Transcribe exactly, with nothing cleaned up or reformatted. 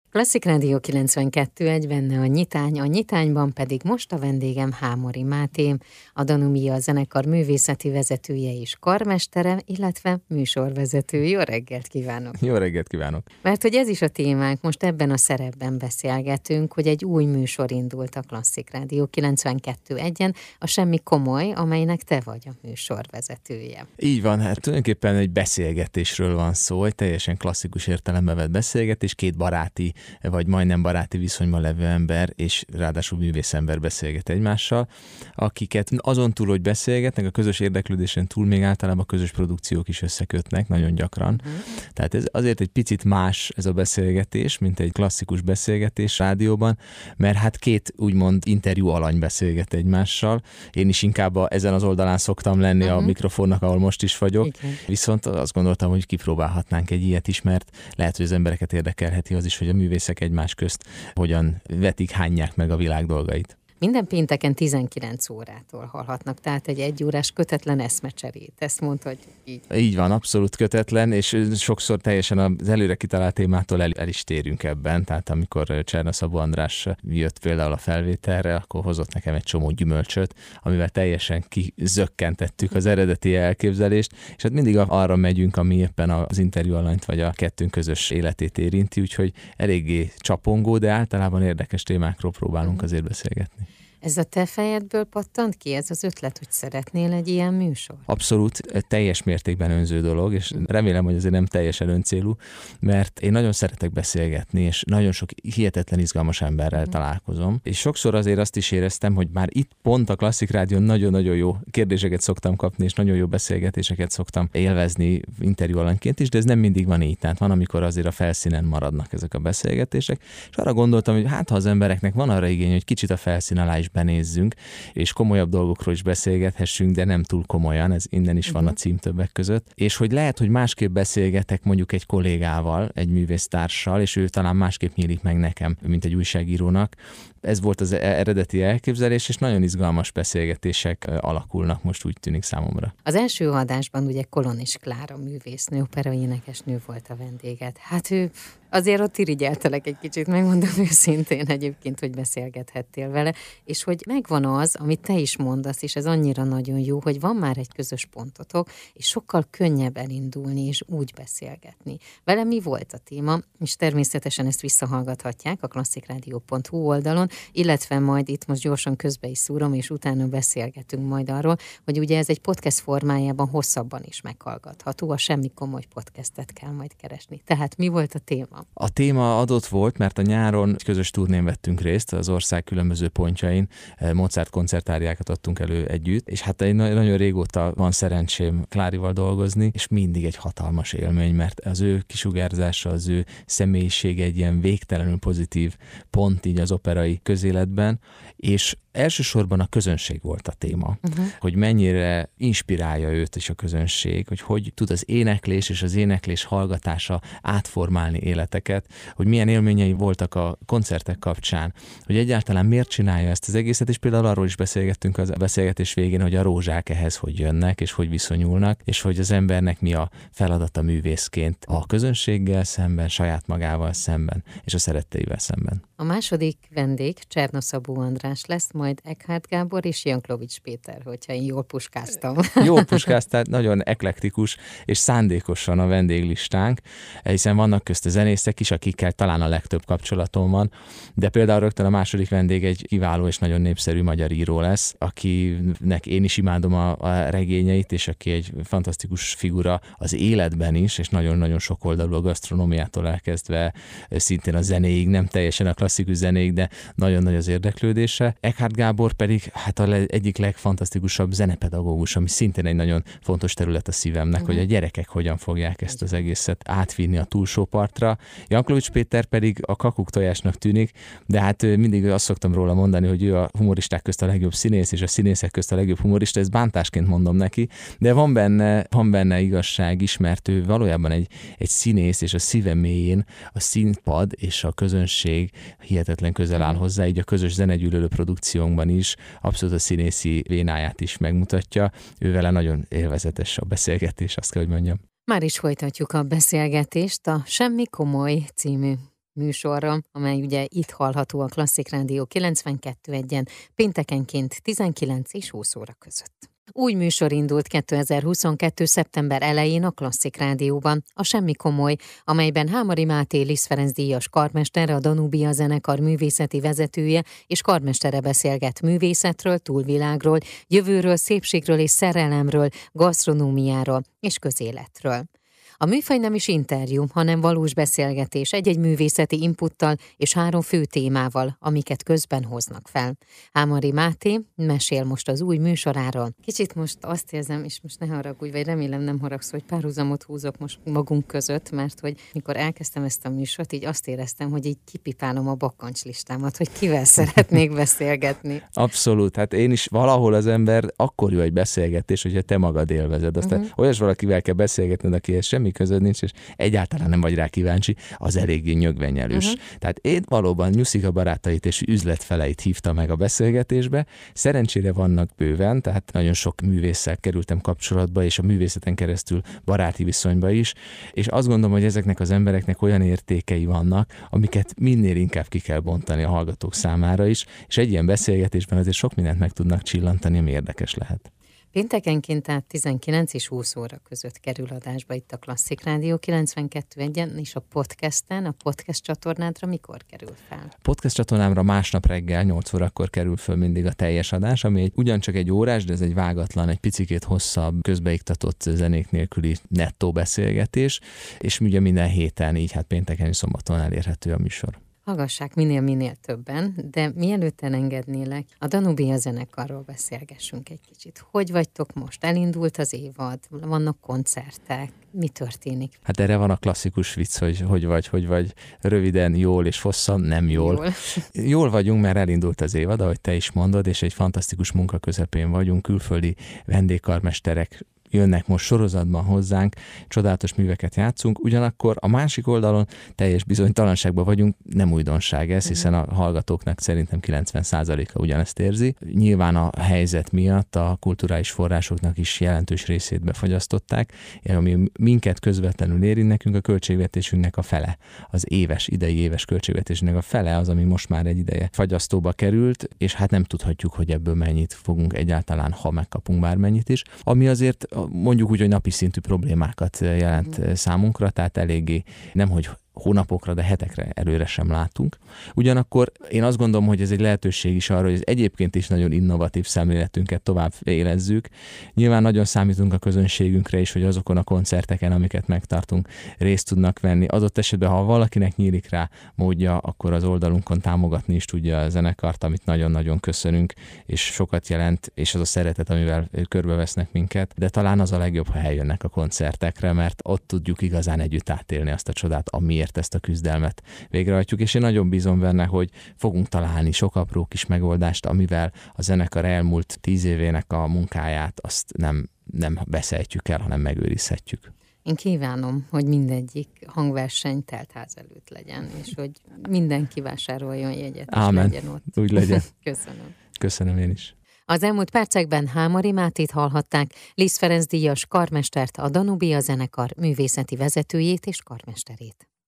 Klasszik Rádió kilencvenkettő egy, benne a nyitány, a nyitányban pedig most a vendégem Hámori Máté, a Danunia zenekar művészeti vezetője és karmestere, illetve műsorvezető. Jó reggelt kívánok! Jó reggelt kívánok! Mert hogy ez is a témánk, most ebben a szerepben beszélgetünk, hogy egy új műsor indult a Klasszik Rádió kilencvenkettő egyen, a Semmi Komoly, amelynek te vagy a műsorvezetője. Így van, hát tulajdonképpen egy beszélgetésről van szó, egy teljesen klasszikus értelembe vett beszélgetés, két baráti vagy majdnem baráti viszonyban levő ember, és ráadásul művészember beszélget egymással, akiket azon túl, hogy beszélgetnek, a közös érdeklődésen túl még általában közös produkciók is összekötnek, nagyon gyakran. Uh-huh. Tehát ez azért egy picit más ez a beszélgetés, mint egy klasszikus beszélgetés rádióban, mert hát két úgymond interjú alany beszélget egymással. Én is inkább a, ezen az oldalán szoktam lenni uh-huh. a mikrofonnak, ahol most is vagyok. Igen. Viszont azt gondoltam, hogy kipróbálhatnánk egy ilyet is, mert lehet, hogy az embereket érdekelheti az is, hogy a művészek egymás közt hogyan vetik, hányják meg a világ dolgait. Minden pénteken tizenkilenc órától hallhatnak, tehát egy egyórás kötetlen eszmecserét. Ezt mondhatjuk így. Így van, abszolút kötetlen, és sokszor teljesen az előre kitalált témától el, el is térünk ebben. Tehát amikor Cserna Szabó András jött például a felvételre, akkor hozott nekem egy csomó gyümölcsöt, amivel teljesen kizökkentettük az eredeti elképzelést, és hát mindig arra megyünk, ami éppen az interjú alanyt vagy a kettőnk közös életét érinti, úgyhogy eléggé csapongó, de általában érdekes témákról próbálunk azért beszélgetni. Ez a te fejedből pattant ki, ez az ötlet, hogy szeretnél egy ilyen műsor? Abszolút, teljes mértékben önző dolog, és remélem, hogy azért nem teljesen öncélú, mert én nagyon szeretek beszélgetni, és nagyon sok hihetetlen izgalmas emberrel mm. találkozom, és sokszor azért azt is éreztem, hogy már itt pont a Klasszik Rádión nagyon-nagyon jó kérdéseket szoktam kapni, és nagyon jó beszélgetéseket szoktam élvezni interjú alanyként is, de ez nem mindig van így, tehát van, amikor azért a felszínen maradnak ezek a beszélgetések, és arra gondoltam, hogy hát ha az embereknek van arra igény, hogy kicsit a felszín alá is benézzünk, és komolyabb dolgokról is beszélgethessünk, de nem túl komolyan, ez innen is van a cím többek között, és hogy lehet, hogy másképp beszélgetek mondjuk egy kollégával, egy művésztársal, és ő talán másképp nyílik meg nekem, mint egy újságírónak. Ez volt az eredeti elképzelés, és nagyon izgalmas beszélgetések alakulnak most, úgy tűnik számomra. Az első adásban ugye Kolonis Klára művésznő, operaénekesnő volt a vendéged. Hát ő azért ott irigyeltelek egy kicsit, megmondom őszintén egyébként, hogy beszélgethettél vele, és hogy megvan az, amit te is mondasz, és ez annyira nagyon jó, hogy van már egy közös pontotok, és sokkal könnyebb elindulni, és úgy beszélgetni. Vele mi volt a téma, és természetesen ezt visszahallgathatják a klasszikradio pont hu oldalon, illetve majd itt most gyorsan közbe is szúrom, és utána beszélgetünk majd arról, hogy ugye ez egy podcast formájában hosszabban is meghallgatható, a Semmi Komoly podcastet kell majd keresni. Tehát mi volt a téma? A téma adott volt, mert a nyáron egy közös turnén vettünk részt az ország különböző pontjain, Mozart koncertáriákat adtunk elő együtt, és hát egy nagyon régóta van szerencsém Klárival dolgozni, és mindig egy hatalmas élmény, mert az ő kisugárzása, az ő személyisége egy ilyen végtelenül pozitív pont így az operai közéletben, és elsősorban a közönség volt a téma, uh-huh. hogy mennyire inspirálja őt is a közönség, hogy hogy tud az éneklés és az éneklés hallgatása átformálni életeket, hogy milyen élményei voltak a koncertek kapcsán, hogy egyáltalán miért csinálja ezt az egészet, és például arról is beszélgettünk az beszélgetés végén, hogy a rózsák ehhez hogy jönnek, és hogy viszonyulnak, és hogy az embernek mi a feladata művészként a közönséggel szemben, saját magával szemben, és a szeretteivel szemben. A második vendég Cserna Szabó András lesz, majd Eckhard Gábor és Janklowicz Péter, hogyha én jól puskáztam. Jól puskáztál, nagyon eklektikus és szándékosan a vendéglistánk, hiszen vannak közt a zenészek is, akikkel talán a legtöbb kapcsolatom van, de például rögtön a második vendég egy kiváló és nagyon népszerű magyar író lesz, akinek én is imádom a, a regényeit, és aki egy fantasztikus figura az életben is, és nagyon-nagyon sok oldalú a gasztronómiától elkezdve szintén a zenéig, nem teljesen a klasszikus zenéig, de nagyon nagy az érdeklődése. Eckhard Gábor pedig hát a egyik legfantasztikusabb zenepedagógus, ami szintén egy nagyon fontos terület a szívemnek, uh-huh. hogy a gyerekek hogyan fogják ezt az egészet átvinni a túlsó partra. Janklowicz Péter pedig a kakuk tojásnak tűnik, de hát mindig azt szoktam róla mondani, hogy ő a humoristák közt a legjobb színész, és a színészek közt a legjobb humorista, ezt bántásként mondom neki, de van benne, van benne igazság is, mert ő valójában egy, egy színész, és a szíve mélyén a színpad és a közönség hihetetlen közel áll hozzá, így a közös zenegyűlölő produkciónkban is abszolút a színészi vénáját is megmutatja. Ő vele nagyon élvezetes a beszélgetés, azt kell, hogy mondjam. Már is folytatjuk a beszélgetést a Semmi Komoly című műsorra, amely ugye itt hallható a Klasszik Rádió kilencvenkettő egyen, péntekenként tizenkilenc és húsz óra között. Új műsor indult kétezer-huszonkettő. szeptember elején a Klasszik Rádióban, a Semmi Komoly, amelyben Hámori Máté Liszt Ferenc díjas karmester, a Danubia zenekar művészeti vezetője és karmestere beszélget művészetről, túlvilágról, jövőről, szépségről és szerelemről, gasztronómiáról és közéletről. A műfaj nem is interjú, hanem valós beszélgetés egy-egy művészeti inputtal és három fő témával, amiket közben hoznak fel. Hámori Máté mesél most az új műsoráról. Kicsit most azt érzem, és most ne haragudj, vagy remélem nem haragszol, hogy párhuzamot húzok most magunk között, mert hogy mikor elkezdtem ezt a műsort, így azt éreztem, hogy így kipipálom a bakkancslistámat, hogy kivel szeretnék beszélgetni. Abszolút, hát én is valahol az ember akkor jó egy beszélgetés, hogyha te magad élvezed. Aztán uh-huh. olyas valakivel kell beszélgetned, akihez semmi közöd nincs, és egyáltalán nem vagy rá kíváncsi, az eléggé nyögvenyelős. Uh-huh. Tehát én valóban Nyuszika barátait és üzletfeleit hívta meg a beszélgetésbe. Szerencsére vannak bőven, tehát nagyon sok művésszel kerültem kapcsolatba, és a művészeten keresztül baráti viszonyba is, és azt gondolom, hogy ezeknek az embereknek olyan értékei vannak, amiket minél inkább ki kell bontani a hallgatók számára is, és egy ilyen beszélgetésben azért sok mindent meg tudnak csillantani, ami érdekes lehet. Péntekenként tehát tizenkilenc és húsz óra között kerül adásba itt a Klasszik Rádió kilencvenkettő egyen, és a podcasten, a podcast csatornádra mikor kerül fel? Podcast csatornámra másnap reggel nyolc órakor kerül föl mindig a teljes adás, ami egy, ugyancsak egy órás, de ez egy vágatlan, egy picikét hosszabb, közbeiktatott zenék nélküli nettó beszélgetés, és ugye minden héten, így hát pénteken és szombaton elérhető a műsor. Hallgassák minél-minél többen, de mielőtt elengednélek, a Danubia zenekarról beszélgessünk egy kicsit. Hogy vagytok most? Elindult az évad? Vannak koncertek? Mi történik? Hát erre van a klasszikus vicc, hogy hogy vagy, hogy vagy röviden, jól és hosszan, nem jól. Jól, jól vagyunk, mert elindult az évad, ahogy te is mondod, és egy fantasztikus munka közepén vagyunk, külföldi vendégkarmesterek jönnek most sorozatban hozzánk, csodálatos műveket játszunk, ugyanakkor a másik oldalon teljes bizonytalanságban vagyunk, nem újdonság ez, hiszen a hallgatóknak szerintem kilencven százaléka ugyanezt érzi. Nyilván a helyzet miatt a kulturális forrásoknak is jelentős részét befagyasztották, ami minket közvetlenül érint, nekünk a költségvetésünknek a fele, az éves, idei éves költségvetésünknek a fele az, ami most már egy ideje fagyasztóba került, és hát nem tudhatjuk, hogy ebből mennyit fogunk egyáltalán, ha megkapunk bármennyit is, ami azért mondjuk úgy, hogy napi szintű problémákat jelent mm. számunkra, tehát eléggé nemhogy hónapokra, de hetekre előre sem látunk. Ugyanakkor én azt gondolom, hogy ez egy lehetőség is arra, hogy ez egyébként is nagyon innovatív szemléletünket tovább élezzük. Nyilván nagyon számítunk a közönségünkre is, hogy azokon a koncerteken, amiket megtartunk, részt tudnak venni. Adott esetben, ha valakinek nyílik rá módja, akkor az oldalunkon támogatni is tudja a zenekart, amit nagyon-nagyon köszönünk, és sokat jelent, és az a szeretet, amivel körbevesznek minket. De talán az a legjobb, ha eljönnek a koncertekre, mert ott tudjuk igazán együtt átélni azt a csodát, amiért ezt a küzdelmet végrehajtjuk, és én nagyon bízom benne, hogy fogunk találni sok apró kis megoldást, amivel a zenekar elmúlt tíz évének a munkáját azt nem, nem beszélhetjük el, hanem megőrizhetjük. Én kívánom, hogy mindegyik hangverseny teltház előtt legyen, és hogy mindenki vásároljon jegyet, Ámen. És legyen ott. Úgy legyen. Köszönöm. Köszönöm én is. Az elmúlt percekben Hámori Mátét hallhatták, Liszt Ferenc díjas karmestert, a Danubia zenekar művészeti vezetőjét és karmesterét.